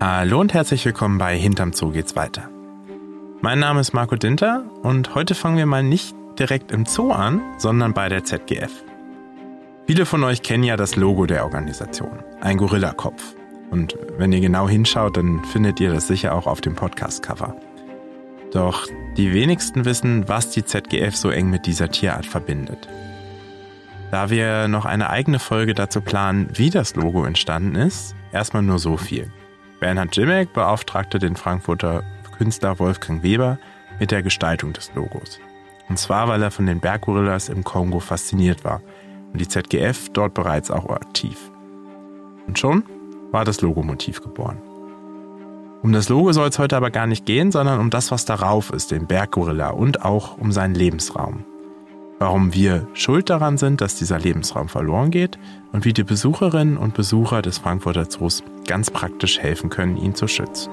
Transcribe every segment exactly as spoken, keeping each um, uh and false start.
Hallo und herzlich willkommen bei Hinterm Zoo geht's weiter. Mein Name ist Marco Dinter und heute fangen wir mal nicht direkt im Zoo an, sondern bei der Z G F. Viele von euch kennen ja das Logo der Organisation, ein Gorillakopf. Und wenn ihr genau hinschaut, dann findet ihr das sicher auch auf dem Podcast-Cover. Doch die wenigsten wissen, was die Z G F so eng mit dieser Tierart verbindet. Da wir noch eine eigene Folge dazu planen, wie das Logo entstanden ist, erstmal nur so viel. Bernhard Jimmek beauftragte den Frankfurter Künstler Wolfgang Weber mit der Gestaltung des Logos. Und zwar, weil er von den Berggorillas im Kongo fasziniert war und die Z G F dort bereits auch aktiv. Und schon war das Logomotiv geboren. Um das Logo soll es heute aber gar nicht gehen, sondern um das, was darauf ist, den Berggorilla und auch um seinen Lebensraum. Warum wir schuld daran sind, dass dieser Lebensraum verloren geht und wie die Besucherinnen und Besucher des Frankfurter Zoos ganz praktisch helfen können, ihn zu schützen.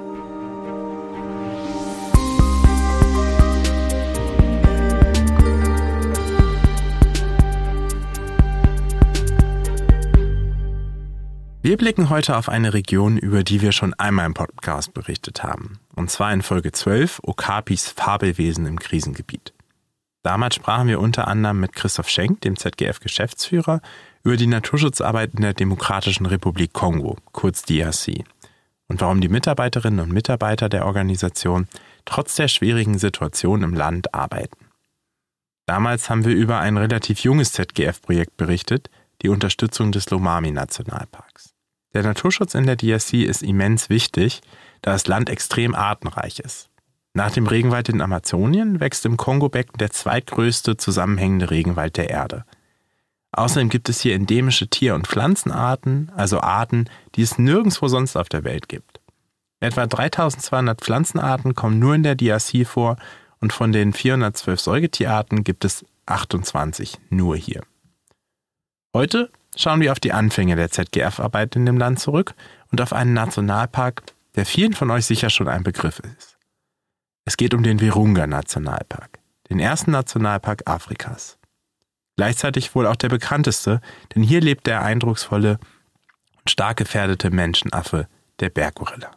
Wir blicken heute auf eine Region, über die wir schon einmal im Podcast berichtet haben. Und zwar in Folge zwölf, Okapis Fabelwesen im Krisengebiet. Damals sprachen wir unter anderem mit Christoph Schenk, dem Z G F-Geschäftsführer, über die Naturschutzarbeit in der Demokratischen Republik Kongo, kurz D R C, und warum die Mitarbeiterinnen und Mitarbeiter der Organisation trotz der schwierigen Situation im Land arbeiten. Damals haben wir über ein relativ junges Z G F-Projekt berichtet, die Unterstützung des Lomami-Nationalparks. Der Naturschutz in der D R C ist immens wichtig, da das Land extrem artenreich ist. Nach dem Regenwald in Amazonien wächst im Kongo-Becken der zweitgrößte zusammenhängende Regenwald der Erde. Außerdem gibt es hier endemische Tier- und Pflanzenarten, also Arten, die es nirgendwo sonst auf der Welt gibt. Etwa dreitausendzweihundert Pflanzenarten kommen nur in der D R C vor und von den vierhundertzwölf Säugetierarten gibt es achtundzwanzig nur hier. Heute schauen wir auf die Anfänge der Z G F-Arbeit in dem Land zurück und auf einen Nationalpark, der vielen von euch sicher schon ein Begriff ist. Es geht um den Virunga-Nationalpark, den ersten Nationalpark Afrikas. Gleichzeitig wohl auch der bekannteste, denn hier lebt der eindrucksvolle und stark gefährdete Menschenaffe, der Berggorilla.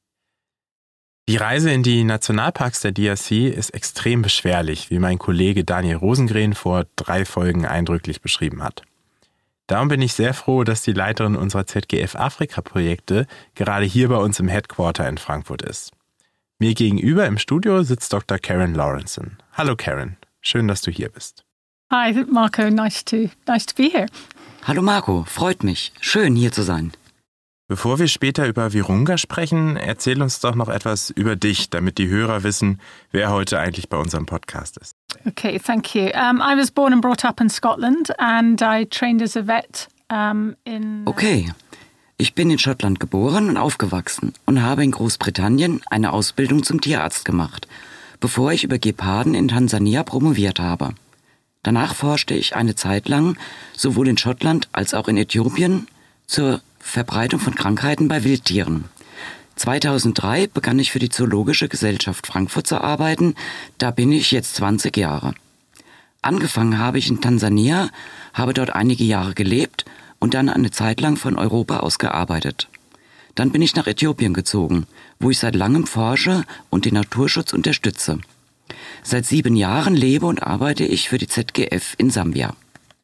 Die Reise in die Nationalparks der D R C ist extrem beschwerlich, wie mein Kollege Daniel Rosengren vor drei Folgen eindrücklich beschrieben hat. Darum bin ich sehr froh, dass die Leiterin unserer Z G F-Afrika-Projekte gerade hier bei uns im Headquarter in Frankfurt ist. Mir gegenüber im Studio sitzt Doktor Karen Lawrenson. Hallo Karen, schön, dass du hier bist. Hi Marco, nice to, nice to be here. Hallo Marco, freut mich. Schön hier zu sein. Bevor wir später über Virunga sprechen, erzähl uns doch noch etwas über dich, damit die Hörer wissen, wer heute eigentlich bei unserem Podcast ist. Okay, thank you. Um, I was born and brought up in Scotland and I trained as a vet um, in... Okay, ich bin in Schottland geboren und aufgewachsen und habe in Großbritannien eine Ausbildung zum Tierarzt gemacht, bevor ich über Geparden in Tansania promoviert habe. Danach forschte ich eine Zeit lang sowohl in Schottland als auch in Äthiopien zur Verbreitung von Krankheiten bei Wildtieren. zweitausenddrei begann ich für die Zoologische Gesellschaft Frankfurt zu arbeiten, da bin ich jetzt zwanzig Jahre. Angefangen habe ich in Tansania, habe dort einige Jahre gelebt und dann eine Zeit lang von Europa aus gearbeitet. Dann bin ich nach Äthiopien gezogen, wo ich seit langem forsche und den Naturschutz unterstütze. Seit sieben Jahren lebe und arbeite ich für die Z G F in Sambia.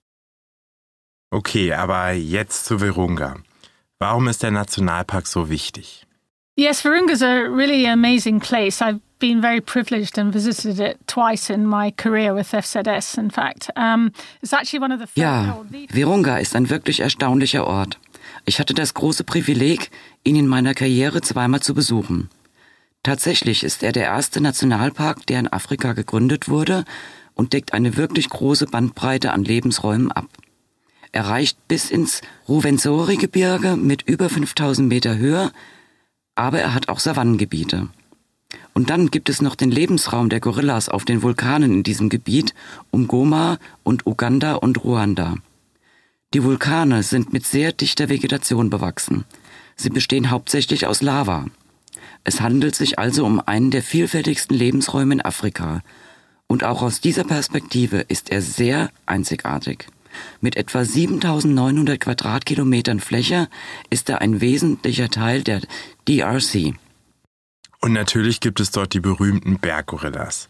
Okay, aber jetzt zu Virunga. Warum ist der Nationalpark so wichtig? Yes, Virunga is a really amazing place. I've been very privileged and visited it twice in my career with F Z S. In fact, um, it's actually one of the. Ja, Virunga ist ein wirklich erstaunlicher Ort. Ich hatte das große Privileg, ihn in meiner Karriere zweimal zu besuchen. Tatsächlich ist er der erste Nationalpark, der in Afrika gegründet wurde und deckt eine wirklich große Bandbreite an Lebensräumen ab. Er reicht bis ins Ruwenzori-Gebirge mit über fünftausend Meter Höhe, aber er hat auch Savannengebiete. Und dann gibt es noch den Lebensraum der Gorillas auf den Vulkanen in diesem Gebiet um Goma und Uganda und Ruanda. Die Vulkane sind mit sehr dichter Vegetation bewachsen. Sie bestehen hauptsächlich aus Lava. Es handelt sich also um einen der vielfältigsten Lebensräume in Afrika. Und auch aus dieser Perspektive ist er sehr einzigartig. Mit etwa siebentausendneunhundert Quadratkilometern Fläche ist er ein wesentlicher Teil der D R C. Und natürlich gibt es dort die berühmten Berggorillas,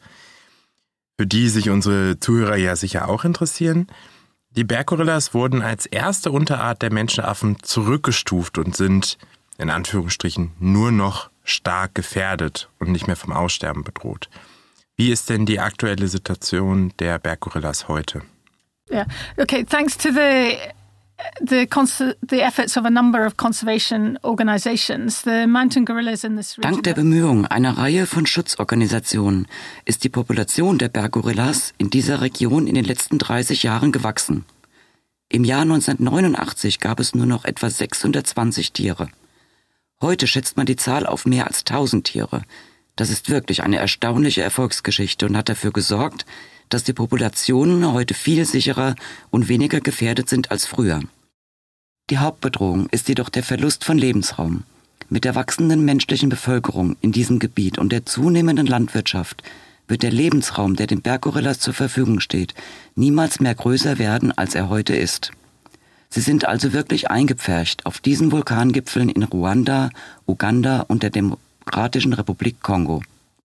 für die sich unsere Zuhörer ja sicher auch interessieren. Die Berggorillas wurden als erste Unterart der Menschenaffen zurückgestuft und sind, in Anführungsstrichen, nur noch stark gefährdet und nicht mehr vom Aussterben bedroht. Wie ist denn die aktuelle Situation der Berggorillas heute? Yeah. Okay. Thanks to the the cons- the efforts of a number of conservation organizations, the mountain gorillas in this region. Dank der Bemühungen einer Reihe von Schutzorganisationen ist die Population der Berggorillas in dieser Region in den letzten dreißig Jahren gewachsen. Im Jahr neunzehnhundertneunundachtzig gab es nur noch etwa sechshundertzwanzig Tiere. Heute schätzt man die Zahl auf mehr als tausend Tiere. Das ist wirklich eine erstaunliche Erfolgsgeschichte und hat dafür gesorgt, dass die Populationen heute viel sicherer und weniger gefährdet sind als früher. Die Hauptbedrohung ist jedoch der Verlust von Lebensraum. Mit der wachsenden menschlichen Bevölkerung in diesem Gebiet und der zunehmenden Landwirtschaft wird der Lebensraum, der den Berggorillas zur Verfügung steht, niemals mehr größer werden, als er heute ist. Sie sind also wirklich eingepfercht auf diesen Vulkangipfeln in Ruanda, Uganda und der Demokratischen Republik Kongo.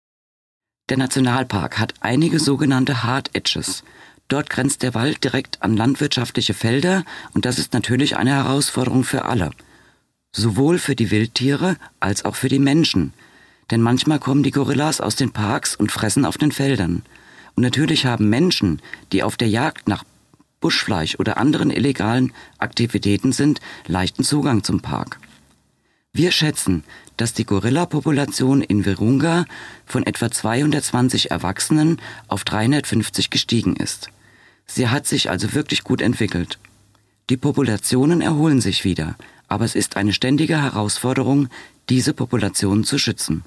Der Nationalpark hat einige sogenannte Hard Edges. Dort grenzt der Wald direkt an landwirtschaftliche Felder und das ist natürlich eine Herausforderung für alle. Sowohl für die Wildtiere als auch für die Menschen. Denn manchmal kommen die Gorillas aus den Parks und fressen auf den Feldern. Und natürlich haben Menschen, die auf der Jagd nach Buschfleisch oder anderen illegalen Aktivitäten sind, leichten Zugang zum Park. Wir schätzen, dass die Gorilla-Population in Virunga von etwa zweihundertzwanzig Erwachsenen auf dreihundertfünfzig gestiegen ist. Sie hat sich also wirklich gut entwickelt. Die Populationen erholen sich wieder, aber es ist eine ständige Herausforderung, diese Populationen zu schützen.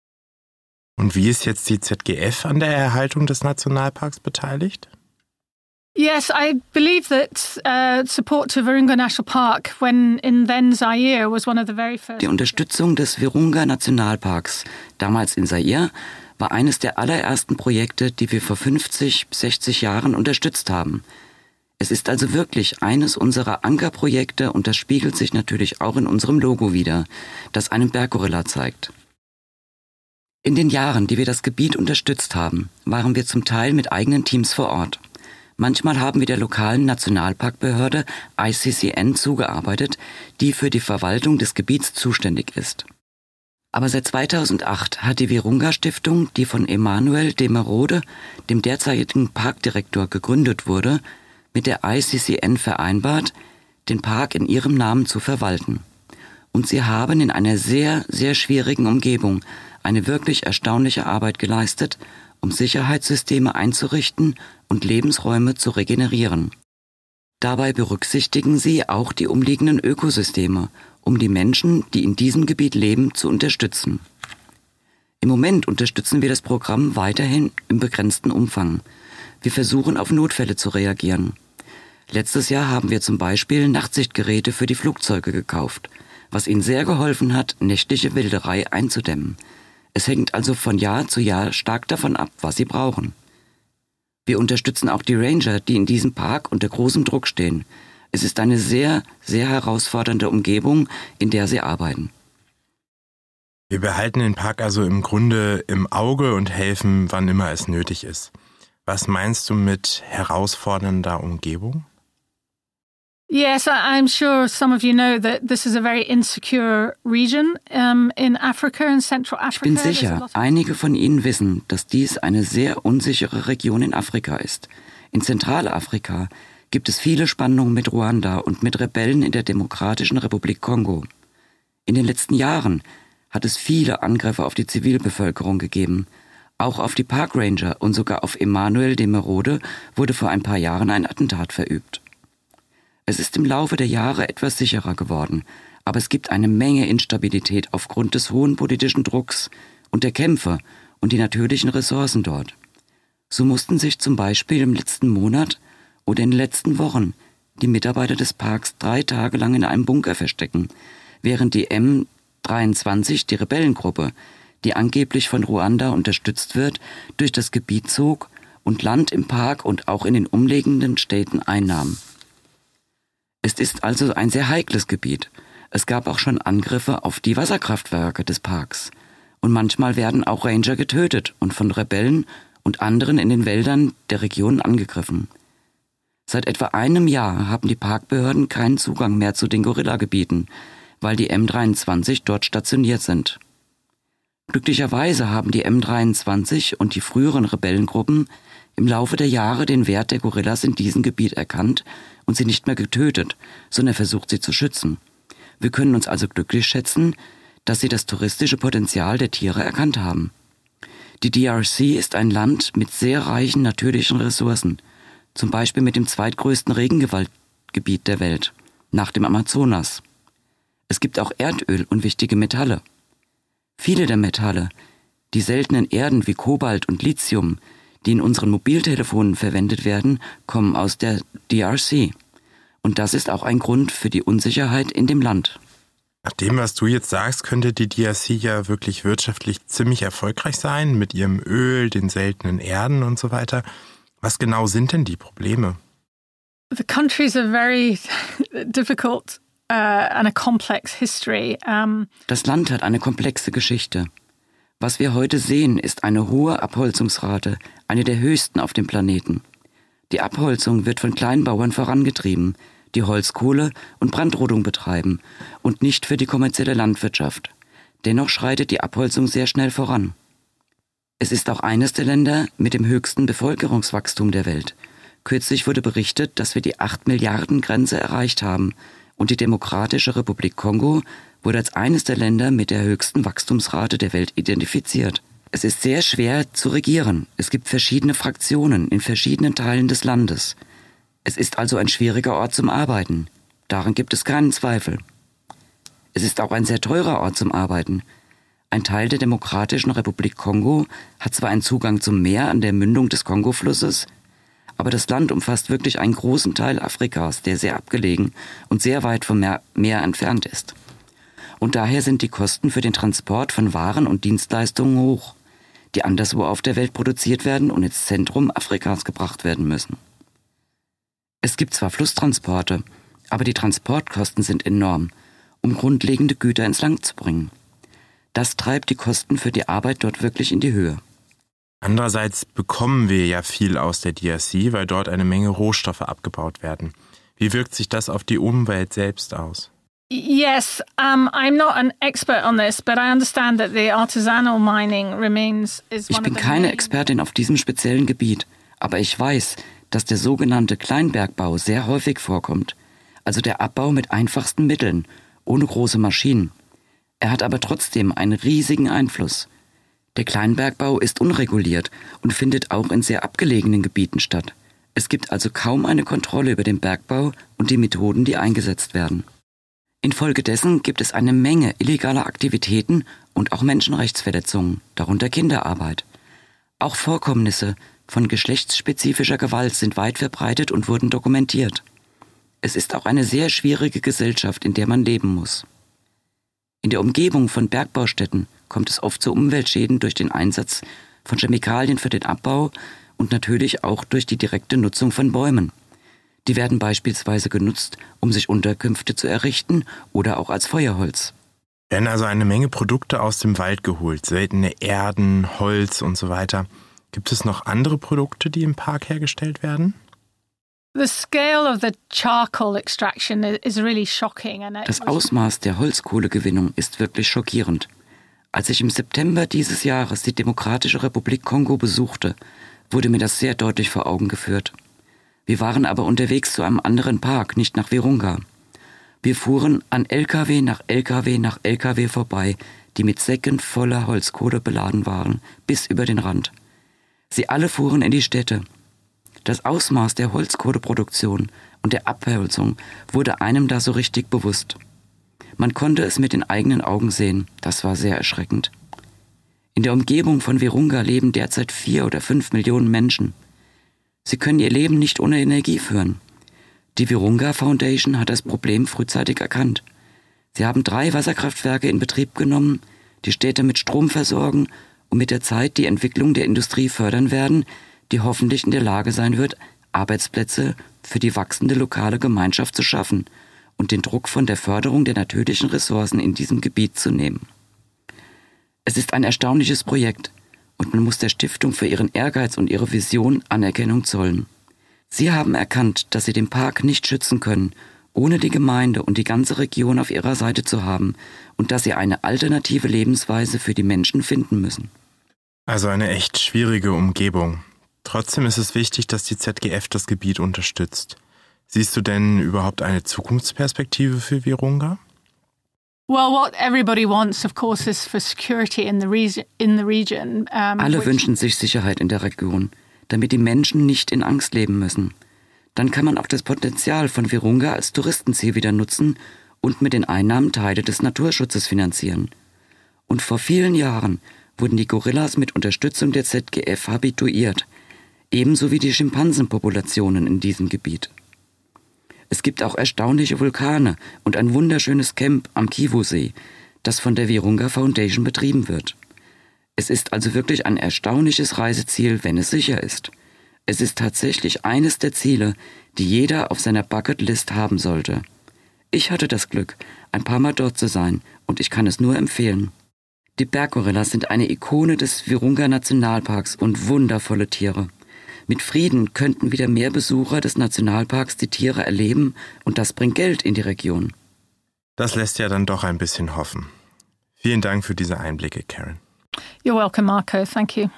Und wie ist jetzt die Z G F an der Erhaltung des Nationalparks beteiligt? Yes, I believe that uh, support to Virunga National Park when in then Zaire was one of the very first. Die Unterstützung des Virunga Nationalparks, damals in Zaire, war eines der allerersten Projekte, die wir vor fünfzig, sechzig Jahren unterstützt haben. Es ist also wirklich eines unserer Ankerprojekte und das spiegelt sich natürlich auch in unserem Logo wider, das einen Berggorilla zeigt. In den Jahren, die wir das Gebiet unterstützt haben, waren wir zum Teil mit eigenen Teams vor Ort. Manchmal haben wir der lokalen Nationalparkbehörde I C C N zugearbeitet, die für die Verwaltung des Gebiets zuständig ist. Aber seit zweitausendacht hat die Virunga Stiftung, die von Emmanuel de Merode, dem derzeitigen Parkdirektor, gegründet wurde, mit der I C C N vereinbart, den Park in ihrem Namen zu verwalten. Und sie haben in einer sehr, sehr schwierigen Umgebung eine wirklich erstaunliche Arbeit geleistet, um Sicherheitssysteme einzurichten und Lebensräume zu regenerieren. Dabei berücksichtigen sie auch die umliegenden Ökosysteme, um die Menschen, die in diesem Gebiet leben, zu unterstützen. Im Moment unterstützen wir das Programm weiterhin im begrenzten Umfang. Wir versuchen, auf Notfälle zu reagieren. Letztes Jahr haben wir zum Beispiel Nachtsichtgeräte für die Flugzeuge gekauft, was ihnen sehr geholfen hat, nächtliche Wilderei einzudämmen. Es hängt also von Jahr zu Jahr stark davon ab, was sie brauchen. Wir unterstützen auch die Ranger, die in diesem Park unter großem Druck stehen. Es ist eine sehr, sehr herausfordernde Umgebung, in der sie arbeiten. Wir behalten den Park also im Grunde im Auge und helfen, wann immer es nötig ist. Was meinst du mit herausfordernder Umgebung? Yes, I'm sure some of you know that this is a very insecure region um, in Africa, in Central Africa. Ich bin sicher, einige von Ihnen wissen, dass dies eine sehr unsichere Region in Afrika ist. In Zentralafrika gibt es viele Spannungen mit Ruanda und mit Rebellen in der Demokratischen Republik Kongo. In den letzten Jahren hat es viele Angriffe auf die Zivilbevölkerung gegeben. Auch auf die Parkranger und sogar auf Emmanuel de Merode wurde vor ein paar Jahren ein Attentat verübt. Es ist im Laufe der Jahre etwas sicherer geworden, aber es gibt eine Menge Instabilität aufgrund des hohen politischen Drucks und der Kämpfe und die natürlichen Ressourcen dort. So mussten sich zum Beispiel im letzten Monat oder in den letzten Wochen die Mitarbeiter des Parks drei Tage lang in einem Bunker verstecken, während die M dreiundzwanzig, die Rebellengruppe, die angeblich von Ruanda unterstützt wird, durch das Gebiet zog und Land im Park und auch in den umliegenden Städten einnahm. Es ist also ein sehr heikles Gebiet. Es gab auch schon Angriffe auf die Wasserkraftwerke des Parks. Und manchmal werden auch Ranger getötet und von Rebellen und anderen in den Wäldern der Region angegriffen. Seit etwa einem Jahr haben die Parkbehörden keinen Zugang mehr zu den Gorilla-Gebieten, weil die M dreiundzwanzig dort stationiert sind. Glücklicherweise haben die M dreiundzwanzig und die früheren Rebellengruppen im Laufe der Jahre den Wert der Gorillas in diesem Gebiet erkannt und sie nicht mehr getötet, sondern versucht, sie zu schützen. Wir können uns also glücklich schätzen, dass sie das touristische Potenzial der Tiere erkannt haben. Die D R C ist ein Land mit sehr reichen natürlichen Ressourcen, zum Beispiel mit dem zweitgrößten Regenwaldgebiet der Welt, nach dem Amazonas. Es gibt auch Erdöl und wichtige Metalle. Viele der Metalle, die seltenen Erden wie Kobalt und Lithium, die in unseren Mobiltelefonen verwendet werden, kommen aus der D R C. Und das ist auch ein Grund für die Unsicherheit in dem Land. Nach dem, was du jetzt sagst, könnte die D R C ja wirklich wirtschaftlich ziemlich erfolgreich sein, mit ihrem Öl, den seltenen Erden und so weiter. Was genau sind denn die Probleme? The country's a very difficult uh, and a complex history. Um, das Land hat eine komplexe Geschichte. Was wir heute sehen, ist eine hohe Abholzungsrate, eine der höchsten auf dem Planeten. Die Abholzung wird von Kleinbauern vorangetrieben, die Holzkohle und Brandrodung betreiben und nicht für die kommerzielle Landwirtschaft. Dennoch schreitet die Abholzung sehr schnell voran. Es ist auch eines der Länder mit dem höchsten Bevölkerungswachstum der Welt. Kürzlich wurde berichtet, dass wir die acht Milliarden Grenze erreicht haben und die Demokratische Republik Kongo wurde als eines der Länder mit der höchsten Wachstumsrate der Welt identifiziert. Es ist sehr schwer zu regieren. Es gibt verschiedene Fraktionen in verschiedenen Teilen des Landes. Es ist also ein schwieriger Ort zum Arbeiten. Daran gibt es keinen Zweifel. Es ist auch ein sehr teurer Ort zum Arbeiten. Ein Teil der Demokratischen Republik Kongo hat zwar einen Zugang zum Meer an der Mündung des Kongo-Flusses, aber das Land umfasst wirklich einen großen Teil Afrikas, der sehr abgelegen und sehr weit vom Meer, Meer entfernt ist. Und daher sind die Kosten für den Transport von Waren und Dienstleistungen hoch, die anderswo auf der Welt produziert werden und ins Zentrum Afrikas gebracht werden müssen. Es gibt zwar Flusstransporte, aber die Transportkosten sind enorm, um grundlegende Güter ins Land zu bringen. Das treibt die Kosten für die Arbeit dort wirklich in die Höhe. Andererseits bekommen wir ja viel aus der D R C, weil dort eine Menge Rohstoffe abgebaut werden. Wie wirkt sich das auf die Umwelt selbst aus? Yes, um, I'm not an expert on this, but I understand that the artisanal mining remains is one Ich bin of the keine main- Expertin auf diesem speziellen Gebiet, aber ich weiß, dass der sogenannte Kleinbergbau sehr häufig vorkommt, also der Abbau mit einfachsten Mitteln, ohne große Maschinen. Er hat aber trotzdem einen riesigen Einfluss. Der Kleinbergbau ist unreguliert und findet auch in sehr abgelegenen Gebieten statt. Es gibt also kaum eine Kontrolle über den Bergbau und die Methoden, die eingesetzt werden. Infolgedessen gibt es eine Menge illegaler Aktivitäten und auch Menschenrechtsverletzungen, darunter Kinderarbeit. Auch Vorkommnisse von geschlechtsspezifischer Gewalt sind weit verbreitet und wurden dokumentiert. Es ist auch eine sehr schwierige Gesellschaft, in der man leben muss. In der Umgebung von Bergbaustätten kommt es oft zu Umweltschäden durch den Einsatz von Chemikalien für den Abbau und natürlich auch durch die direkte Nutzung von Bäumen. Die werden beispielsweise genutzt, um sich Unterkünfte zu errichten oder auch als Feuerholz. Werden also eine Menge Produkte aus dem Wald geholt, seltene Erden, Holz und so weiter. Gibt es noch andere Produkte, die im Park hergestellt werden? The scale of the charcoal extraction is really shocking. And it Das was- Ausmaß der Holzkohlegewinnung ist wirklich schockierend. Als ich im September dieses Jahres die Demokratische Republik Kongo besuchte, wurde mir das sehr deutlich vor Augen geführt. Wir waren aber unterwegs zu einem anderen Park, nicht nach Virunga. Wir fuhren an L K W nach L K W nach L K W vorbei, die mit Säcken voller Holzkohle beladen waren, bis über den Rand. Sie alle fuhren in die Städte. Das Ausmaß der Holzkohleproduktion und der Abholzung wurde einem da so richtig bewusst. Man konnte es mit den eigenen Augen sehen, das war sehr erschreckend. In der Umgebung von Virunga leben derzeit vier oder fünf Millionen Menschen. Sie können ihr Leben nicht ohne Energie führen. Die Virunga Foundation hat das Problem frühzeitig erkannt. Sie haben drei Wasserkraftwerke in Betrieb genommen, die Städte mit Strom versorgen und mit der Zeit die Entwicklung der Industrie fördern werden, die hoffentlich in der Lage sein wird, Arbeitsplätze für die wachsende lokale Gemeinschaft zu schaffen und den Druck von der Förderung der natürlichen Ressourcen in diesem Gebiet zu nehmen. Es ist ein erstaunliches Projekt und man muss der Stiftung für ihren Ehrgeiz und ihre Vision Anerkennung zollen. Sie haben erkannt, dass sie den Park nicht schützen können, ohne die Gemeinde und die ganze Region auf ihrer Seite zu haben und dass sie eine alternative Lebensweise für die Menschen finden müssen. Also eine echt schwierige Umgebung. Trotzdem ist es wichtig, dass die Z G F das Gebiet unterstützt. Siehst du denn überhaupt eine Zukunftsperspektive für Virunga? Well, what everybody wants, of course, is for security in the, re- in the region. Um, Alle wünschen sich Sicherheit in der Region, damit die Menschen nicht in Angst leben müssen. Dann kann man auch das Potenzial von Virunga als Touristenziel wieder nutzen und mit den Einnahmen Teile des Naturschutzes finanzieren. Und vor vielen Jahren wurden die Gorillas mit Unterstützung der Z G F habituiert, ebenso wie die Schimpansenpopulationen in diesem Gebiet. Es gibt auch erstaunliche Vulkane und ein wunderschönes Camp am Kivu-See, das von der Virunga Foundation betrieben wird. Es ist also wirklich ein erstaunliches Reiseziel, wenn es sicher ist. Es ist tatsächlich eines der Ziele, die jeder auf seiner Bucketlist haben sollte. Ich hatte das Glück, ein paar Mal dort zu sein und ich kann es nur empfehlen. Die Berggorillas sind eine Ikone des Virunga Nationalparks und wundervolle Tiere. Mit Frieden könnten wieder mehr Besucher des Nationalparks die Tiere erleben und das bringt Geld in die Region. Das lässt ja dann doch ein bisschen hoffen. Vielen Dank für diese Einblicke, Karen. You're welcome, Marco. Thank you.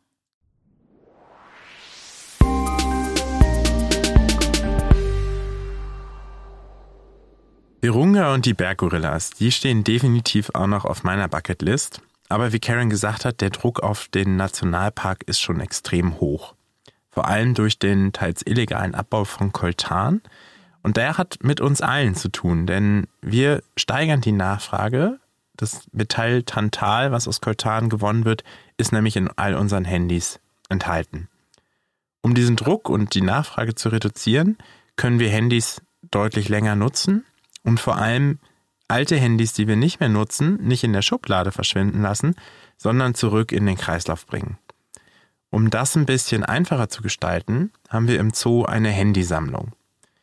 Virunga und die Berggorillas, die stehen definitiv auch noch auf meiner Bucketlist. Aber wie Karen gesagt hat, der Druck auf den Nationalpark ist schon extrem hoch. Vor allem durch den teils illegalen Abbau von Coltan. Und der hat mit uns allen zu tun, denn wir steigern die Nachfrage. Das Metall Tantal, was aus Coltan gewonnen wird, ist nämlich in all unseren Handys enthalten. Um diesen Druck und die Nachfrage zu reduzieren, können wir Handys deutlich länger nutzen und vor allem alte Handys, die wir nicht mehr nutzen, nicht in der Schublade verschwinden lassen, sondern zurück in den Kreislauf bringen. Um das ein bisschen einfacher zu gestalten, haben wir im Zoo eine Handysammlung.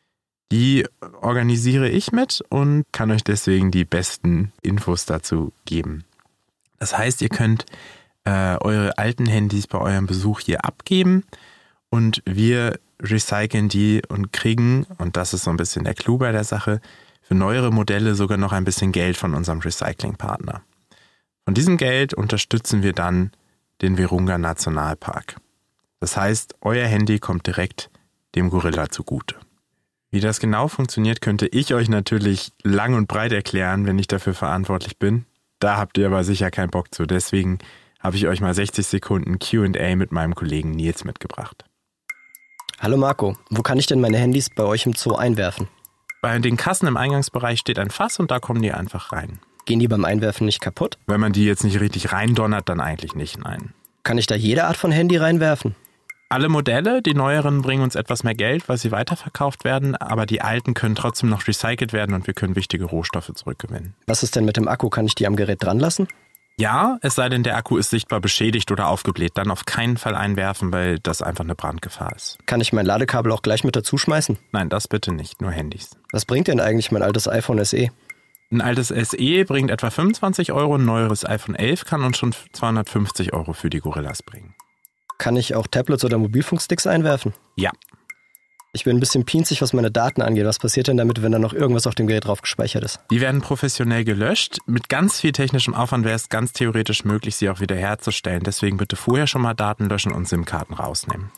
Die organisiere ich mit und kann euch deswegen die besten Infos dazu geben. Das heißt, ihr könnt äh, eure alten Handys bei eurem Besuch hier abgeben und wir recyceln die und kriegen, und das ist so ein bisschen der Clou bei der Sache, für neuere Modelle sogar noch ein bisschen Geld von unserem Recyclingpartner. Von diesem Geld unterstützen wir dann den Virunga Nationalpark. Das heißt, euer Handy kommt direkt dem Gorilla zugute. Wie das genau funktioniert, könnte ich euch natürlich lang und breit erklären, wenn ich dafür verantwortlich bin. Da habt ihr aber sicher keinen Bock zu. Deswegen habe ich euch mal sechzig Sekunden Q und A mit meinem Kollegen Nils mitgebracht. Hallo Marco, wo kann ich denn meine Handys bei euch im Zoo einwerfen? Bei den Kassen im Eingangsbereich steht ein Fass und da kommen die einfach rein. Gehen die beim Einwerfen nicht kaputt? Wenn man die jetzt nicht richtig reindonnert, dann eigentlich nicht, nein. Kann ich da jede Art von Handy reinwerfen? Alle Modelle, die neueren, bringen uns etwas mehr Geld, weil sie weiterverkauft werden, aber die alten können trotzdem noch recycelt werden und wir können wichtige Rohstoffe zurückgewinnen. Was ist denn mit dem Akku? Kann ich die am Gerät dran lassen? Ja, es sei denn, der Akku ist sichtbar beschädigt oder aufgebläht. Dann auf keinen Fall einwerfen, weil das einfach eine Brandgefahr ist. Kann ich mein Ladekabel auch gleich mit dazu schmeißen? Nein, das bitte nicht, nur Handys. Was bringt denn eigentlich mein altes iPhone S E? Ein altes S E bringt etwa fünfundzwanzig Euro, ein neueres iPhone elf kann uns schon zweihundertfünfzig Euro für die Gorillas bringen. Kann ich auch Tablets oder Mobilfunksticks einwerfen? Ja. Ich bin ein bisschen pinzig, was meine Daten angeht. Was passiert denn damit, wenn da noch irgendwas auf dem Gerät drauf gespeichert ist? Die werden professionell gelöscht. Mit ganz viel technischem Aufwand wäre es ganz theoretisch möglich, sie auch wieder herzustellen. Deswegen bitte vorher schon mal Daten löschen und SIM-Karten rausnehmen.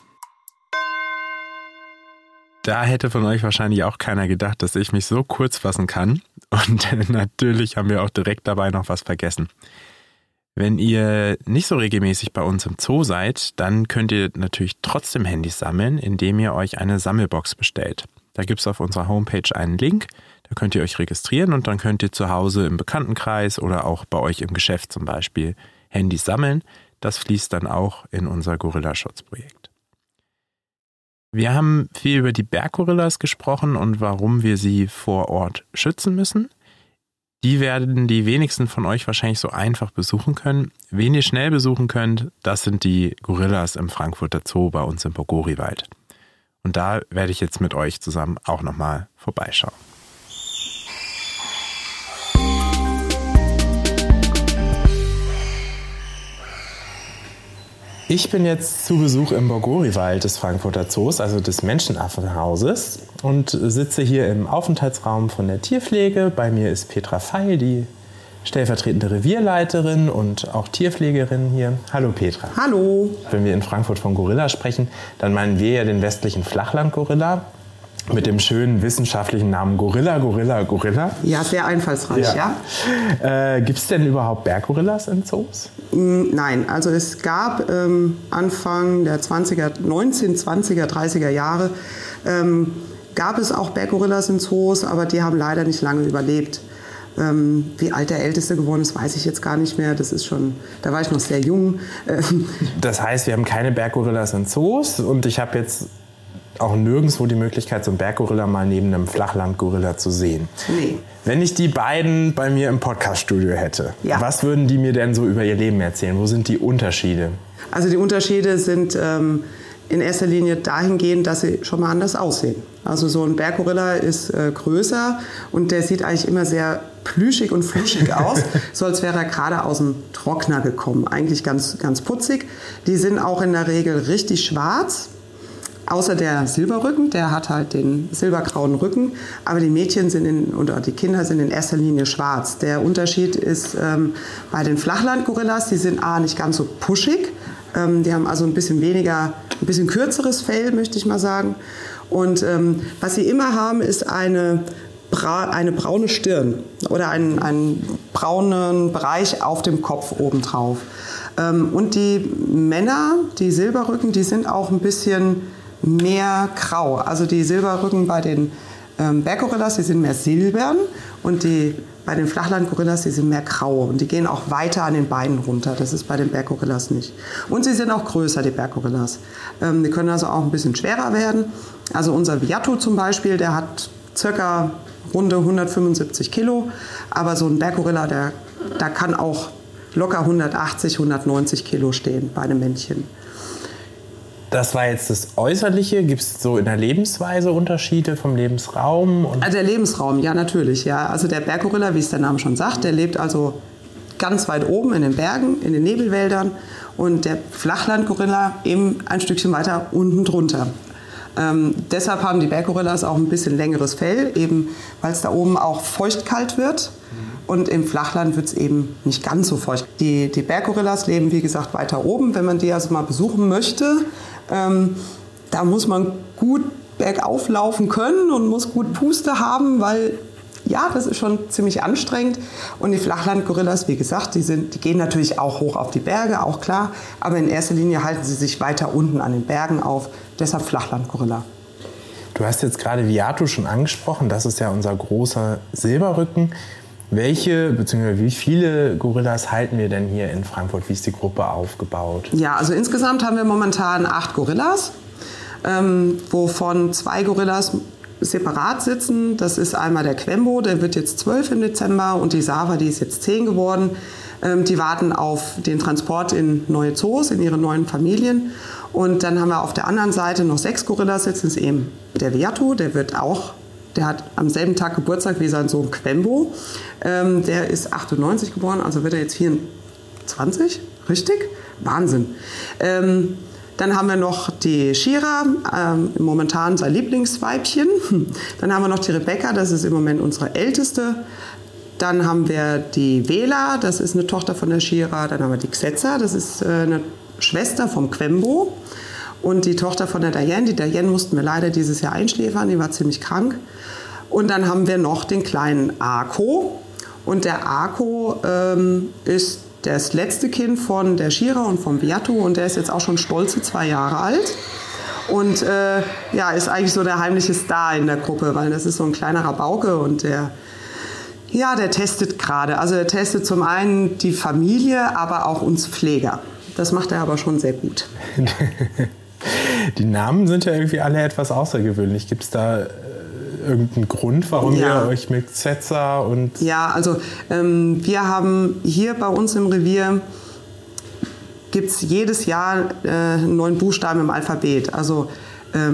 Da hätte von euch wahrscheinlich auch keiner gedacht, dass ich mich so kurz fassen kann. Und natürlich haben wir auch direkt dabei noch was vergessen. Wenn ihr nicht so regelmäßig bei uns im Zoo seid, dann könnt ihr natürlich trotzdem Handys sammeln, indem ihr euch eine Sammelbox bestellt. Da gibt es auf unserer Homepage einen Link, da könnt ihr euch registrieren und dann könnt ihr zu Hause im Bekanntenkreis oder auch bei euch im Geschäft zum Beispiel Handys sammeln. Das fließt dann auch in unser Gorillaschutzprojekt. Wir haben viel über die Berggorillas gesprochen und warum wir sie vor Ort schützen müssen. Die werden die wenigsten von euch wahrscheinlich so einfach besuchen können. Wen ihr schnell besuchen könnt, das sind die Gorillas im Frankfurter Zoo bei uns im Pogoriwald. Und da werde ich jetzt mit euch zusammen auch nochmal vorbeischauen. Ich bin jetzt zu Besuch im Borgori-Wald des Frankfurter Zoos, also des Menschenaffenhauses, und sitze hier im Aufenthaltsraum von der Tierpflege. Bei mir ist Petra Feil, die stellvertretende Revierleiterin und auch Tierpflegerin hier. Hallo Petra. Hallo. Wenn wir in Frankfurt von Gorilla sprechen, dann meinen wir ja den westlichen Flachland-Gorilla mit dem schönen wissenschaftlichen Namen Gorilla, Gorilla, Gorilla. Ja, sehr einfallsreich, ja. ja. Äh, Gibt es denn überhaupt Berggorillas in Zoos? Nein, also es gab ähm, Anfang der zwanziger, neunzehnhundertzwanziger, dreißiger Jahre ähm, gab es auch Berggorillas in Zoos, aber die haben leider nicht lange überlebt. Ähm, wie alt der Älteste geworden ist, weiß ich jetzt gar nicht mehr. Das ist schon, da war ich noch sehr jung. Ähm, das heißt, wir haben keine Berggorillas in Zoos und ich habe jetzt auch nirgendwo die Möglichkeit, so einen Berggorilla mal neben einem Flachlandgorilla zu sehen. Nee. Wenn ich die beiden bei mir im Podcaststudio hätte, ja. was würden die mir denn so über ihr Leben erzählen? Wo sind die Unterschiede? Also die Unterschiede sind ähm, in erster Linie dahingehend, dass sie schon mal anders aussehen. Also so ein Berggorilla ist äh, größer und der sieht eigentlich immer sehr plüschig und fluschig aus, so als wäre er gerade aus dem Trockner gekommen. Eigentlich ganz, ganz putzig. Die sind auch in der Regel richtig schwarz. Außer der Silberrücken, der hat halt den silbergrauen Rücken, aber die Mädchen sind in, oder die Kinder sind in erster Linie schwarz. Der Unterschied ist ähm, bei den Flachlandgorillas, die sind a nicht ganz so puschig, ähm, die haben also ein bisschen weniger, ein bisschen kürzeres Fell, möchte ich mal sagen. Und ähm, was sie immer haben, ist eine, bra eine braune Stirn oder einen, einen braunen Bereich auf dem Kopf obendrauf. Ähm, und die Männer, die Silberrücken, die sind auch ein bisschen mehr grau. Also die Silberrücken bei den ähm, Berggorillas, die sind mehr silbern und die bei den Flachlandgorillas, die sind mehr grau und die gehen auch weiter an den Beinen runter. Das ist bei den Berggorillas nicht. Und sie sind auch größer, die Berggorillas. Ähm, die können also auch ein bisschen schwerer werden. Also unser Viatto zum Beispiel, der hat circa runde hundertfünfundsiebzig Kilo, aber so ein Berggorilla, der, der kann auch locker hundertachtzig, hundertneunzig Kilo stehen bei einem Männchen. Das war jetzt das Äußerliche. Gibt es so in der Lebensweise Unterschiede vom Lebensraum? Und also der Lebensraum, ja natürlich. Ja. Also der Berggorilla, wie es der Name schon sagt, der lebt also ganz weit oben in den Bergen, in den Nebelwäldern. Und der Flachlandgorilla eben ein Stückchen weiter unten drunter. Ähm, deshalb haben die Berggorillas auch ein bisschen längeres Fell, eben weil es da oben auch feuchtkalt wird. Und im Flachland wird es eben nicht ganz so feucht. Die, die Berggorillas leben, wie gesagt, weiter oben. Wenn man die also mal besuchen möchte, ähm, da muss man gut bergauf laufen können und muss gut Puste haben, weil ja, das ist schon ziemlich anstrengend. Und die Flachlandgorillas, wie gesagt, die, sind, die gehen natürlich auch hoch auf die Berge, auch klar. Aber in erster Linie halten sie sich weiter unten an den Bergen auf. Deshalb Flachlandgorilla. Du hast jetzt gerade Viatto schon angesprochen. Das ist ja unser großer Silberrücken. Welche bzw. wie viele Gorillas halten wir denn hier in Frankfurt? Wie ist die Gruppe aufgebaut? Ja, also insgesamt haben wir momentan acht Gorillas, ähm, wovon zwei Gorillas separat sitzen. Das ist einmal der Quembo, der wird jetzt zwölf im Dezember, und die Sava, die ist jetzt zehn geworden. Ähm, die warten auf den Transport in neue Zoos, in ihre neuen Familien. Und dann haben wir auf der anderen Seite noch sechs Gorillas sitzen. Das ist eben der Viatto, der wird auch Der hat am selben Tag Geburtstag wie sein Sohn Quembo. Ähm, der ist achtundneunzig geboren, also wird er jetzt vierundzwanzig. Richtig? Wahnsinn. Ähm, dann haben wir noch die Shira, ähm, momentan sein Lieblingsweibchen. Dann haben wir noch die Rebecca, das ist im Moment unsere älteste. Dann haben wir die Vela, das ist eine Tochter von der Shira. Dann haben wir die Xetza, das ist äh, eine Schwester vom Quembo. Und die Tochter von der Diane. Die Diane mussten wir leider dieses Jahr einschläfern, die war ziemlich krank. Und dann haben wir noch den kleinen Ako. Und der Ako ähm, ist das letzte Kind von der Shira und vom Viatto. Und der ist jetzt auch schon stolze zwei Jahre alt. Und äh, ja, ist eigentlich so der heimliche Star in der Gruppe, weil das ist so ein kleiner Rabauke und der, ja, der testet gerade. Also er testet zum einen die Familie, aber auch uns Pfleger. Das macht er aber schon sehr gut. Die Namen sind ja irgendwie alle etwas außergewöhnlich. Gibt es da äh, irgendeinen Grund, warum ja. ihr euch mit Xetza und... Ja, also ähm, wir haben hier bei uns im Revier, gibt es jedes Jahr äh, einen neuen Buchstaben im Alphabet. Also ähm,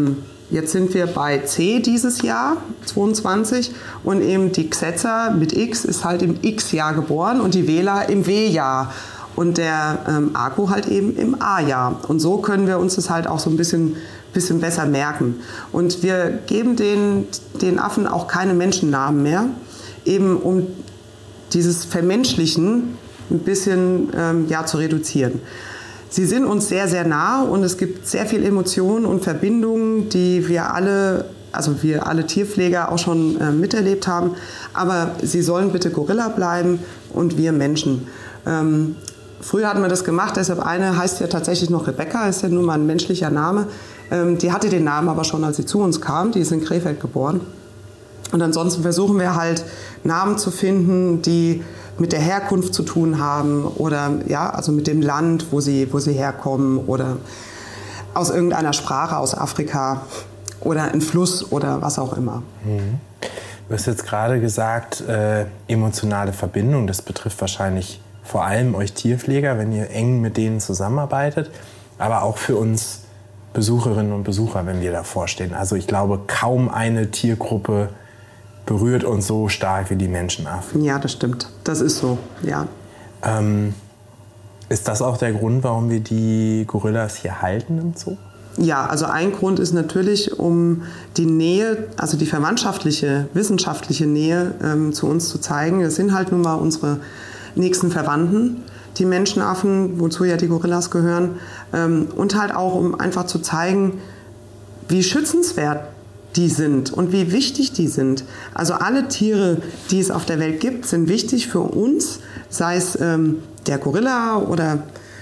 Jetzt sind wir bei C dieses Jahr, zweiundzwanzig, und eben die Xetzer mit X ist halt im X-Jahr geboren und die Wähla im W-Jahr und der ähm, Akku halt eben im A-Jahr. Und so können wir uns das halt auch so ein bisschen, bisschen besser merken. Und wir geben den, den Affen auch keine Menschennamen mehr, eben um dieses Vermenschlichen ein bisschen ähm, ja, zu reduzieren. Sie sind uns sehr, sehr nah und es gibt sehr viel Emotionen und Verbindungen, die wir alle, also wir alle Tierpfleger auch schon äh, miterlebt haben. Aber sie sollen bitte Gorilla bleiben und wir Menschen. Ähm, früher hatten wir das gemacht, deshalb eine heißt ja tatsächlich noch Rebecca, ist ja nun mal ein menschlicher Name. Ähm, die hatte den Namen aber schon, als sie zu uns kam, die ist in Krefeld geboren. Und ansonsten versuchen wir halt Namen zu finden, die mit der Herkunft zu tun haben oder ja, also mit dem Land, wo sie, wo sie herkommen oder aus irgendeiner Sprache aus Afrika oder ein Fluss oder was auch immer. Mhm. Du hast jetzt gerade gesagt, äh, emotionale Verbindung, das betrifft wahrscheinlich vor allem euch Tierpfleger, wenn ihr eng mit denen zusammenarbeitet, aber auch für uns Besucherinnen und Besucher, wenn wir davor stehen. Also ich glaube, kaum eine Tiergruppe berührt uns so stark wie die Menschenaffen. Ja, das stimmt. Das ist so, ja. Ähm, ist das auch der Grund, warum wir die Gorillas hier halten im Zoo? Ja, also ein Grund ist natürlich, um die Nähe, also die verwandtschaftliche, wissenschaftliche Nähe ähm, zu uns zu zeigen. Das sind halt nun mal unsere nächsten Verwandten, die Menschenaffen, wozu ja die Gorillas gehören. Ähm, und halt auch, um einfach zu zeigen, wie schützenswert die sind und wie wichtig die sind. Also alle Tiere, die es auf der Welt gibt, sind wichtig für uns, sei es ähm, der Gorilla oder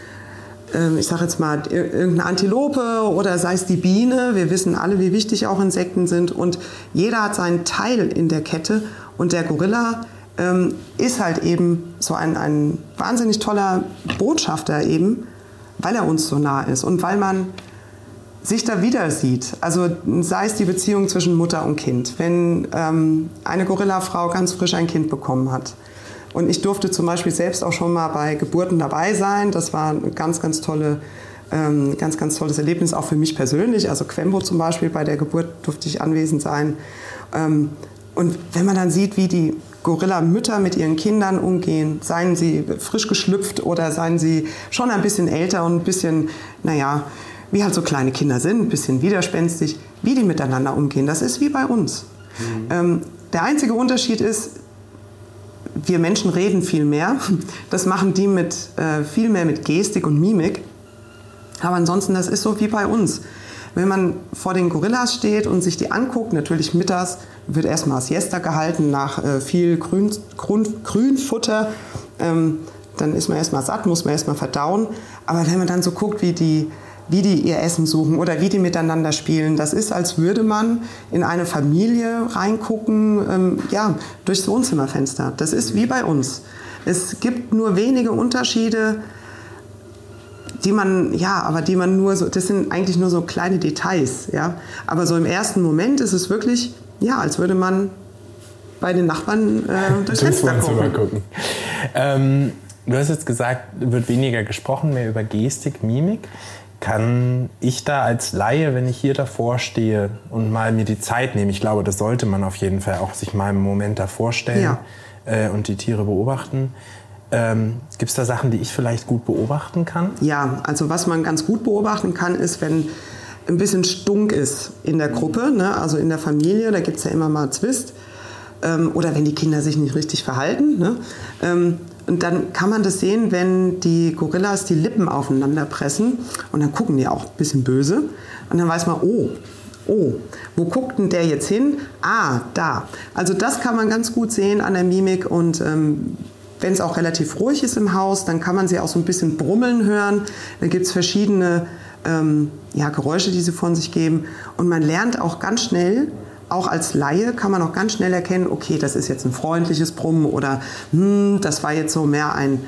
ähm, ich sage jetzt mal irgendeine Antilope oder sei es die Biene. Wir wissen alle, wie wichtig auch Insekten sind und jeder hat seinen Teil in der Kette und der Gorilla ähm, ist halt eben so ein, ein wahnsinnig toller Botschafter eben, weil er uns so nah ist und weil man sich da wieder sieht. Also sei es die Beziehung zwischen Mutter und Kind. Wenn ähm, eine Gorillafrau ganz frisch ein Kind bekommen hat. Und ich durfte zum Beispiel selbst auch schon mal bei Geburten dabei sein. Das war ein ganz, ganz, tolle, ähm, ganz, ganz tolles Erlebnis, auch für mich persönlich. Also Quembo zum Beispiel, bei der Geburt durfte ich anwesend sein. Ähm, und wenn man dann sieht, wie die Gorilla-Mütter mit ihren Kindern umgehen, seien sie frisch geschlüpft oder seien sie schon ein bisschen älter und ein bisschen, naja, wie halt so kleine Kinder sind, ein bisschen widerspenstig, wie die miteinander umgehen. Das ist wie bei uns. Mhm. Ähm, der einzige Unterschied ist, wir Menschen reden viel mehr. Das machen die mit, äh, viel mehr mit Gestik und Mimik. Aber ansonsten, das ist so wie bei uns. Wenn man vor den Gorillas steht und sich die anguckt, natürlich mittags, wird erstmal Siesta gehalten nach äh, viel Grün, Grün, Grünfutter. Ähm, dann ist man erstmal satt, muss man erstmal verdauen. Aber wenn man dann so guckt, wie die wie die ihr Essen suchen oder wie die miteinander spielen. Das ist, als würde man in eine Familie reingucken, ähm, ja, durchs Wohnzimmerfenster. Das ist wie bei uns. Es gibt nur wenige Unterschiede, die man, ja, aber die man nur so, das sind eigentlich nur so kleine Details, ja. Aber so im ersten Moment ist es wirklich, ja, als würde man bei den Nachbarn äh, durchs Fenster gucken. gucken. Ähm, du hast jetzt gesagt, wird weniger gesprochen, mehr über Gestik, Mimik. Kann ich da als Laie, wenn ich hier davor stehe und mal mir die Zeit nehme, ich glaube, das sollte man auf jeden Fall auch sich mal einen Moment davor stellen, ja, äh, und die Tiere beobachten. Ähm, gibt es da Sachen, die ich vielleicht gut beobachten kann? Ja, also was man ganz gut beobachten kann, ist, wenn ein bisschen Stunk ist in der Gruppe, ne? Also in der Familie, da gibt es ja immer mal Zwist. Ähm, oder wenn die Kinder sich nicht richtig verhalten, ne? Ähm, Und dann kann man das sehen, wenn die Gorillas die Lippen aufeinander pressen. Und dann gucken die auch ein bisschen böse. Und dann weiß man, oh, oh, wo guckt denn der jetzt hin? Ah, da. Also das kann man ganz gut sehen an der Mimik. Und ähm, wenn es auch relativ ruhig ist im Haus, dann kann man sie auch so ein bisschen brummeln hören. Da gibt es verschiedene ähm, ja, Geräusche, die sie von sich geben. Und man lernt auch ganz schnell, auch als Laie kann man auch ganz schnell erkennen, okay, das ist jetzt ein freundliches Brummen oder hm, das war jetzt so mehr ein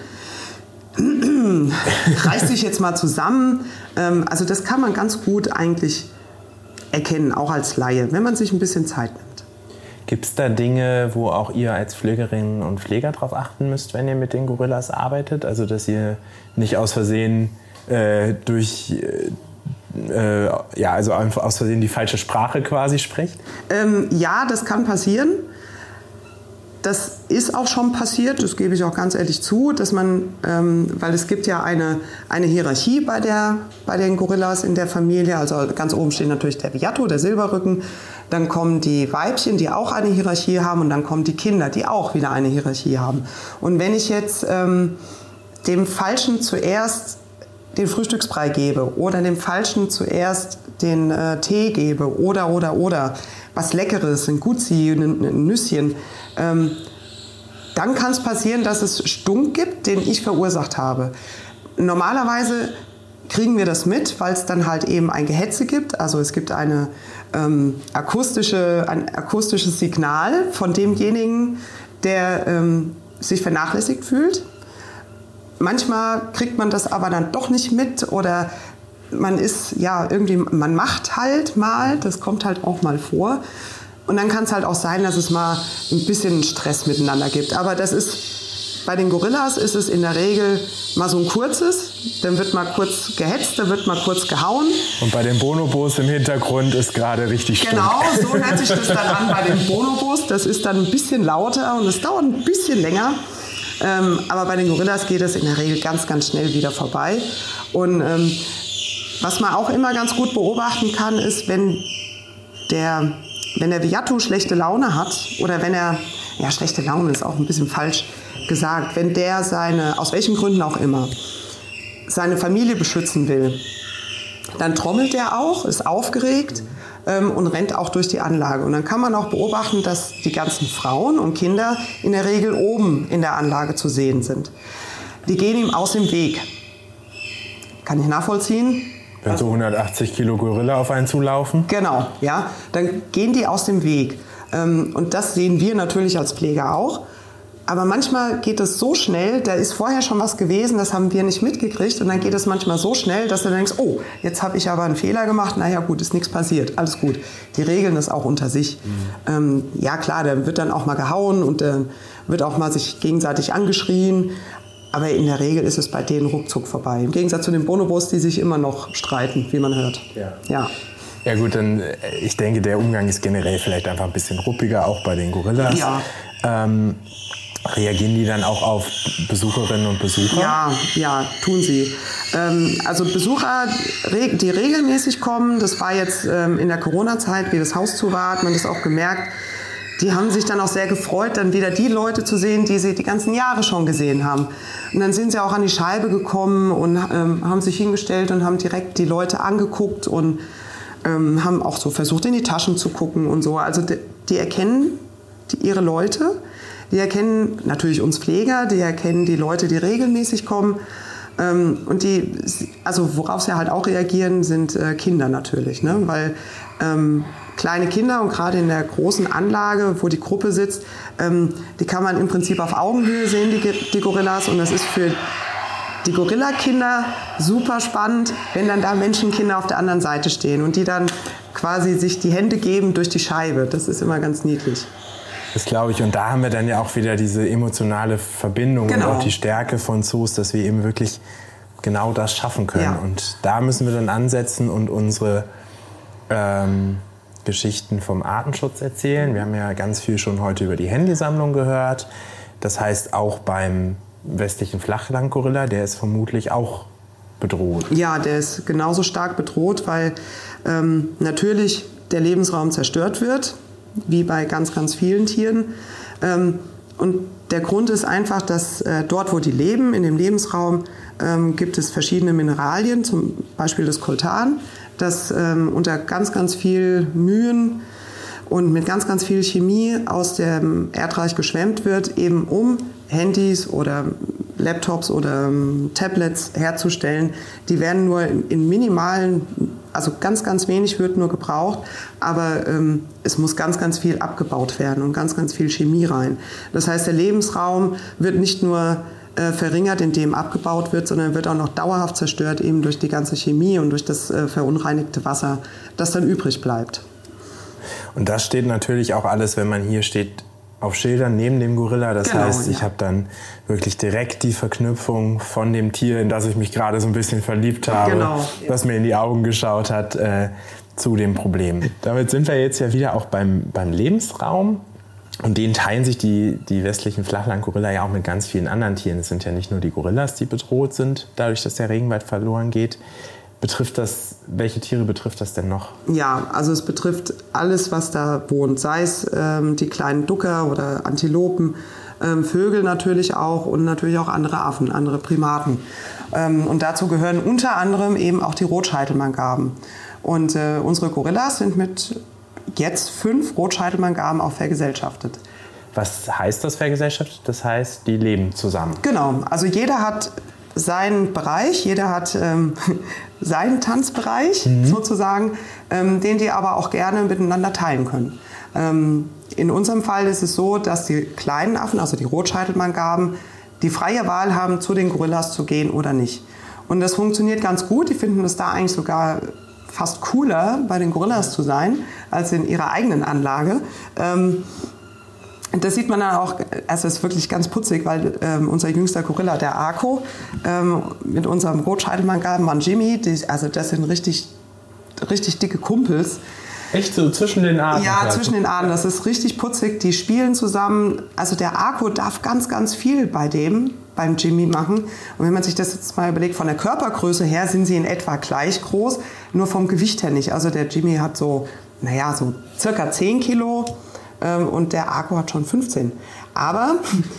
reiß dich jetzt mal zusammen. Ähm, also das kann man ganz gut eigentlich erkennen, auch als Laie, wenn man sich ein bisschen Zeit nimmt. Gibt es da Dinge, wo auch ihr als Pflegerinnen und Pfleger drauf achten müsst, wenn ihr mit den Gorillas arbeitet? Also dass ihr nicht aus Versehen äh, durch... Äh, äh, ja, also einfach aus Versehen die falsche Sprache quasi spricht? Ähm, ja, das kann passieren. Das ist auch schon passiert, das gebe ich auch ganz ehrlich zu, dass man, ähm, weil es gibt ja eine, eine Hierarchie bei, der, bei den Gorillas in der Familie, also ganz oben steht natürlich der Viato, der Silberrücken, dann kommen die Weibchen, die auch eine Hierarchie haben und dann kommen die Kinder, die auch wieder eine Hierarchie haben. Und wenn ich jetzt ähm, dem Falschen zuerst den Frühstücksbrei gebe oder dem Falschen zuerst den äh, Tee gebe oder, oder, oder, was Leckeres, ein Gutzi, ein, ein Nüsschen, ähm, dann kann es passieren, dass es Stunk gibt, den ich verursacht habe. Normalerweise kriegen wir das mit, weil es dann halt eben ein Gehetze gibt. Also es gibt eine, ähm, akustische, ein akustisches Signal von demjenigen, der ähm, sich vernachlässigt fühlt. Manchmal kriegt man das aber dann doch nicht mit oder man ist, ja, irgendwie, man macht halt mal, das kommt halt auch mal vor. Und dann kann es halt auch sein, dass es mal ein bisschen Stress miteinander gibt. Aber das ist, bei den Gorillas ist es in der Regel mal so ein kurzes, dann wird mal kurz gehetzt, dann wird mal kurz gehauen. Und bei den Bonobos im Hintergrund ist gerade richtig Stunk. Genau, so hört sich das dann an bei den Bonobos. Das ist dann ein bisschen lauter und es dauert ein bisschen länger. Ähm, aber bei den Gorillas geht es in der Regel ganz, ganz schnell wieder vorbei. Und ähm, was man auch immer ganz gut beobachten kann, ist, wenn der, wenn der Viato schlechte Laune hat oder wenn er, ja, schlechte Laune ist auch ein bisschen falsch gesagt, wenn der seine, aus welchen Gründen auch immer, seine Familie beschützen will, dann trommelt er auch, ist aufgeregt ähm, und rennt auch durch die Anlage. Und dann kann man auch beobachten, dass die ganzen Frauen und Kinder in der Regel oben in der Anlage zu sehen sind. Die gehen ihm aus dem Weg. Kann ich nachvollziehen? Wenn so hundertachtzig Kilo Gorilla auf einen zulaufen? Genau, ja. Dann gehen die aus dem Weg. Und das sehen wir natürlich als Pfleger auch. Aber manchmal geht es so schnell, da ist vorher schon was gewesen, das haben wir nicht mitgekriegt. Und dann geht es manchmal so schnell, dass du denkst, oh, jetzt habe ich aber einen Fehler gemacht. Naja gut, ist nichts passiert, alles gut. Die regeln das auch unter sich. Mhm. Ähm, ja klar, da wird dann auch mal gehauen und dann äh, wird auch mal sich gegenseitig angeschrien. Aber in der Regel ist es bei denen ruckzuck vorbei. Im Gegensatz zu den Bonobos, die sich immer noch streiten, wie man hört. Ja. Ja. Ja gut, dann ich denke, der Umgang ist generell vielleicht einfach ein bisschen ruppiger, auch bei den Gorillas. Ja. Ähm, reagieren die dann auch auf Besucherinnen und Besucher? Ja, ja, tun sie. Ähm, also Besucher, die regelmäßig kommen, das war jetzt ähm, in der Corona-Zeit, wie das Haus zu war, hat man das auch gemerkt. Die haben sich dann auch sehr gefreut, dann wieder die Leute zu sehen, die sie die ganzen Jahre schon gesehen haben. Und dann sind sie auch an die Scheibe gekommen und ähm, haben sich hingestellt und haben direkt die Leute angeguckt und ähm, haben auch so versucht, in die Taschen zu gucken und so. Also die, die erkennen die, ihre Leute, die erkennen natürlich uns Pfleger, die erkennen die Leute, die regelmäßig kommen. Ähm, und die, also worauf sie halt auch reagieren, sind äh, Kinder natürlich, ne? Weil ähm, kleine Kinder und gerade in der großen Anlage, wo die Gruppe sitzt, ähm, die kann man im Prinzip auf Augenhöhe sehen, die, die Gorillas. Und das ist für die Gorilla-Kinder super spannend, wenn dann da Menschenkinder auf der anderen Seite stehen und die dann quasi sich die Hände geben durch die Scheibe. Das ist immer ganz niedlich. Das glaube ich. Und da haben wir dann ja auch wieder diese emotionale Verbindung genau. und auch die Stärke von Zoos, dass wir eben wirklich genau das schaffen können. Ja. Und da müssen wir dann ansetzen und unsere ähm, Geschichten vom Artenschutz erzählen. Wir haben ja ganz viel schon heute über die Handysammlung gehört. Das heißt, auch beim westlichen Flachlandgorilla, der ist vermutlich auch bedroht. Ja, der ist genauso stark bedroht, weil ähm, natürlich der Lebensraum zerstört wird, wie bei ganz, ganz vielen Tieren. Ähm, und der Grund ist einfach, dass äh, dort, wo die leben, in dem Lebensraum, ähm, gibt es verschiedene Mineralien, zum Beispiel das Coltan, das ähm, unter ganz, ganz viel Mühen und mit ganz, ganz viel Chemie aus dem Erdreich geschwemmt wird, eben um Handys oder Laptops oder ähm, Tablets herzustellen. Die werden nur in, in minimalen, also ganz, ganz wenig wird nur gebraucht, aber ähm, es muss ganz, ganz viel abgebaut werden und ganz, ganz viel Chemie rein. Das heißt, der Lebensraum wird nicht nur äh, verringert, indem abgebaut wird, sondern wird auch noch dauerhaft zerstört, eben durch die ganze Chemie und durch das äh, verunreinigte Wasser, das dann übrig bleibt. Und das steht natürlich auch alles, wenn man hier steht, auf Schildern neben dem Gorilla. Das genau, heißt, ich ja. habe dann wirklich direkt die Verknüpfung von dem Tier, in das ich mich gerade so ein bisschen verliebt habe, genau. was mir in die Augen geschaut hat, äh, zu dem Problem. Damit sind wir jetzt ja wieder auch beim, beim Lebensraum. Und den teilen sich die, die westlichen Flachland-Gorilla ja auch mit ganz vielen anderen Tieren. Es sind ja nicht nur die Gorillas, die bedroht sind, dadurch, dass der Regenwald verloren geht. Betrifft das, welche Tiere betrifft das denn noch? Ja, also es betrifft alles, was da wohnt. Sei es ähm, die kleinen Ducker oder Antilopen, ähm, Vögel natürlich auch und natürlich auch andere Affen, andere Primaten. Ähm, und dazu gehören unter anderem eben auch die Rotscheitelmangaben. Und äh, unsere Gorillas sind mit jetzt fünf Rotscheitelmangaben auch vergesellschaftet. Was heißt das vergesellschaftet? Das heißt, die leben zusammen. Genau, also jeder hat seinen Bereich, jeder hat ähm, seinen Tanzbereich mhm. sozusagen, ähm, den die aber auch gerne miteinander teilen können. Ähm, in unserem Fall ist es so, dass die kleinen Affen, also die Rotscheitelmangaben, die freie Wahl haben, zu den Gorillas zu gehen oder nicht. Und das funktioniert ganz gut. Die finden es da eigentlich sogar fast cooler, bei den Gorillas zu sein, als in ihrer eigenen Anlage. Ähm, das sieht man dann auch, also es ist wirklich ganz putzig, weil ähm, unser jüngster Gorilla, der Arco, ähm, mit unserem Rotscheitelmangaben, Mann Jimmy, die, also das sind richtig, richtig dicke Kumpels. Echt so zwischen den Arten? Ja, also. zwischen den Arten. Das ist richtig putzig. Die spielen zusammen. Also der Arco darf ganz, ganz viel bei dem, beim Jimmy machen. Und wenn man sich das jetzt mal überlegt, von der Körpergröße her sind sie in etwa gleich groß, nur vom Gewicht her nicht. Also der Jimmy hat so, naja, so circa zehn Kilo ähm, und der Arco hat schon fünfzehn. Aber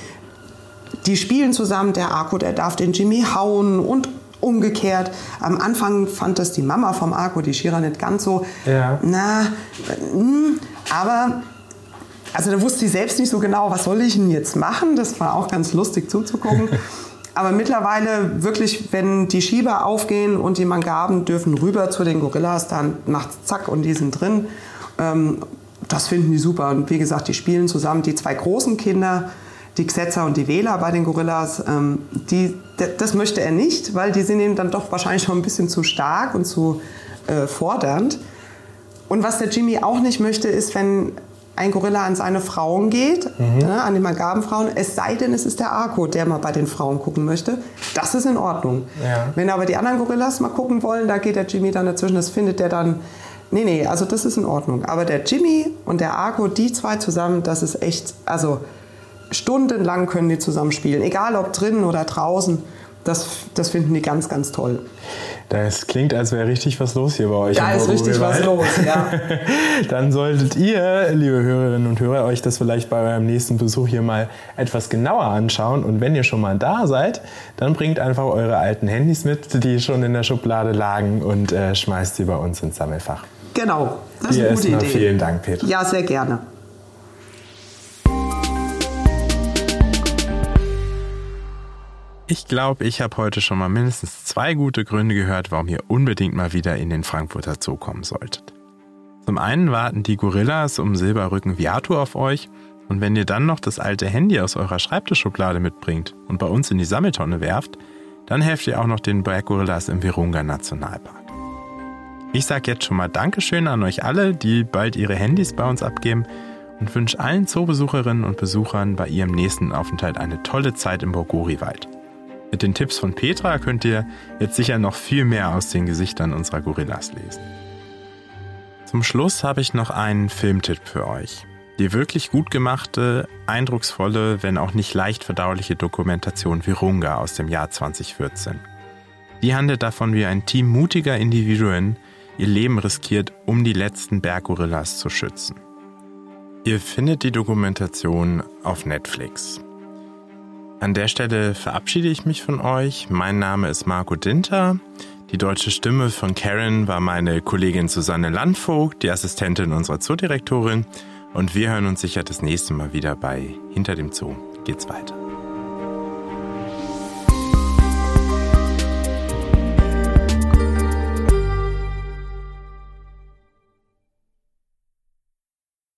die spielen zusammen. Der Arco, der darf den Jimmy hauen und umgekehrt. Am Anfang fand das die Mama vom Arco, die Shira, nicht ganz so. Ja. Na, mh, aber also da wusste sie selbst nicht so genau, was soll ich denn jetzt machen. Das war auch ganz lustig zuzugucken. Aber mittlerweile wirklich, wenn die Schieber aufgehen und die Mangaben dürfen rüber zu den Gorillas, dann macht's zack und die sind drin. Ähm, das finden die super. Und wie gesagt, die spielen zusammen. Die zwei großen Kinder, die Xetzer und die Wähler bei den Gorillas, ähm, die, das möchte er nicht, weil die sind ihm dann doch wahrscheinlich schon ein bisschen zu stark und zu äh, fordernd. Und was der Jimmy auch nicht möchte, ist, wenn ein Gorilla an seine Frauen geht, mhm. ne, an die Mangabenfrauen, es sei denn, es ist der Arco, der mal bei den Frauen gucken möchte. Das ist in Ordnung. Ja. Wenn aber die anderen Gorillas mal gucken wollen, da geht der Jimmy dann dazwischen, das findet der dann, nee, nee, also das ist in Ordnung. Aber der Jimmy und der Arco, die zwei zusammen, das ist echt, also stundenlang können die zusammen spielen, egal ob drinnen oder draußen. Das, das finden die ganz, ganz toll. Das klingt, als wäre richtig was los hier bei euch. Da ist richtig was los, ja. Dann solltet ihr, liebe Hörerinnen und Hörer, euch das vielleicht bei eurem nächsten Besuch hier mal etwas genauer anschauen. Und wenn ihr schon mal da seid, dann bringt einfach eure alten Handys mit, die schon in der Schublade lagen, und äh, schmeißt sie bei uns ins Sammelfach. Genau, das ist Hier eine gute Idee. Vielen Dank, Petra. Ja, sehr gerne. Ich glaube, ich habe heute schon mal mindestens zwei gute Gründe gehört, warum ihr unbedingt mal wieder in den Frankfurter Zoo kommen solltet. Zum einen warten die Gorillas um Silberrücken Viatu auf euch, und wenn ihr dann noch das alte Handy aus eurer Schreibtischschublade mitbringt und bei uns in die Sammeltonne werft, dann helft ihr auch noch den Berggorillas im Virunga Nationalpark. Ich sage jetzt schon mal Dankeschön an euch alle, die bald ihre Handys bei uns abgeben, und wünsche allen Zoobesucherinnen und Besuchern bei ihrem nächsten Aufenthalt eine tolle Zeit im Borgori-Wald. Mit den Tipps von Petra könnt ihr jetzt sicher noch viel mehr aus den Gesichtern unserer Gorillas lesen. Zum Schluss habe ich noch einen Filmtipp für euch. Die wirklich gut gemachte, eindrucksvolle, wenn auch nicht leicht verdauliche Dokumentation Virunga aus dem Jahr zwanzig vierzehn. Die handelt davon, wie ein Team mutiger Individuen ihr Leben riskiert, um die letzten Berggorillas zu schützen. Ihr findet die Dokumentation auf Netflix. An der Stelle verabschiede ich mich von euch. Mein Name ist Marco Dinter. Die deutsche Stimme von Karen war meine Kollegin Susanne Landvogt, die Assistentin unserer Zoodirektorin. Und wir hören uns sicher das nächste Mal wieder bei Hinter dem Zoo geht's weiter.